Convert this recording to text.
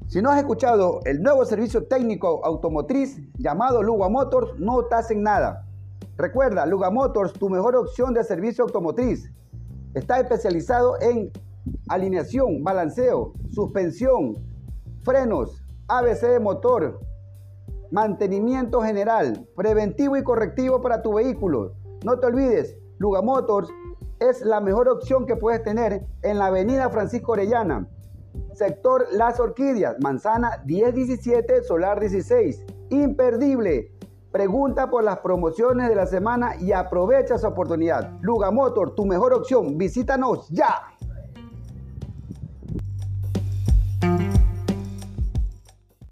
Si no has escuchado el nuevo servicio técnico automotriz llamado Luga Motors, no estás en nada. Recuerda, Luga Motors, tu mejor opción de servicio automotriz. Está especializado en alineación, balanceo, suspensión, frenos, ABC de motor, mantenimiento general, preventivo y correctivo para tu vehículo. No te olvides, Luga Motors es la mejor opción que puedes tener en la avenida Francisco Orellana, sector Las Orquídeas, manzana 1017, solar 16. Imperdible. Pregunta por las promociones de la semana y aprovecha esa oportunidad. Luga Motors, tu mejor opción. Visítanos ya.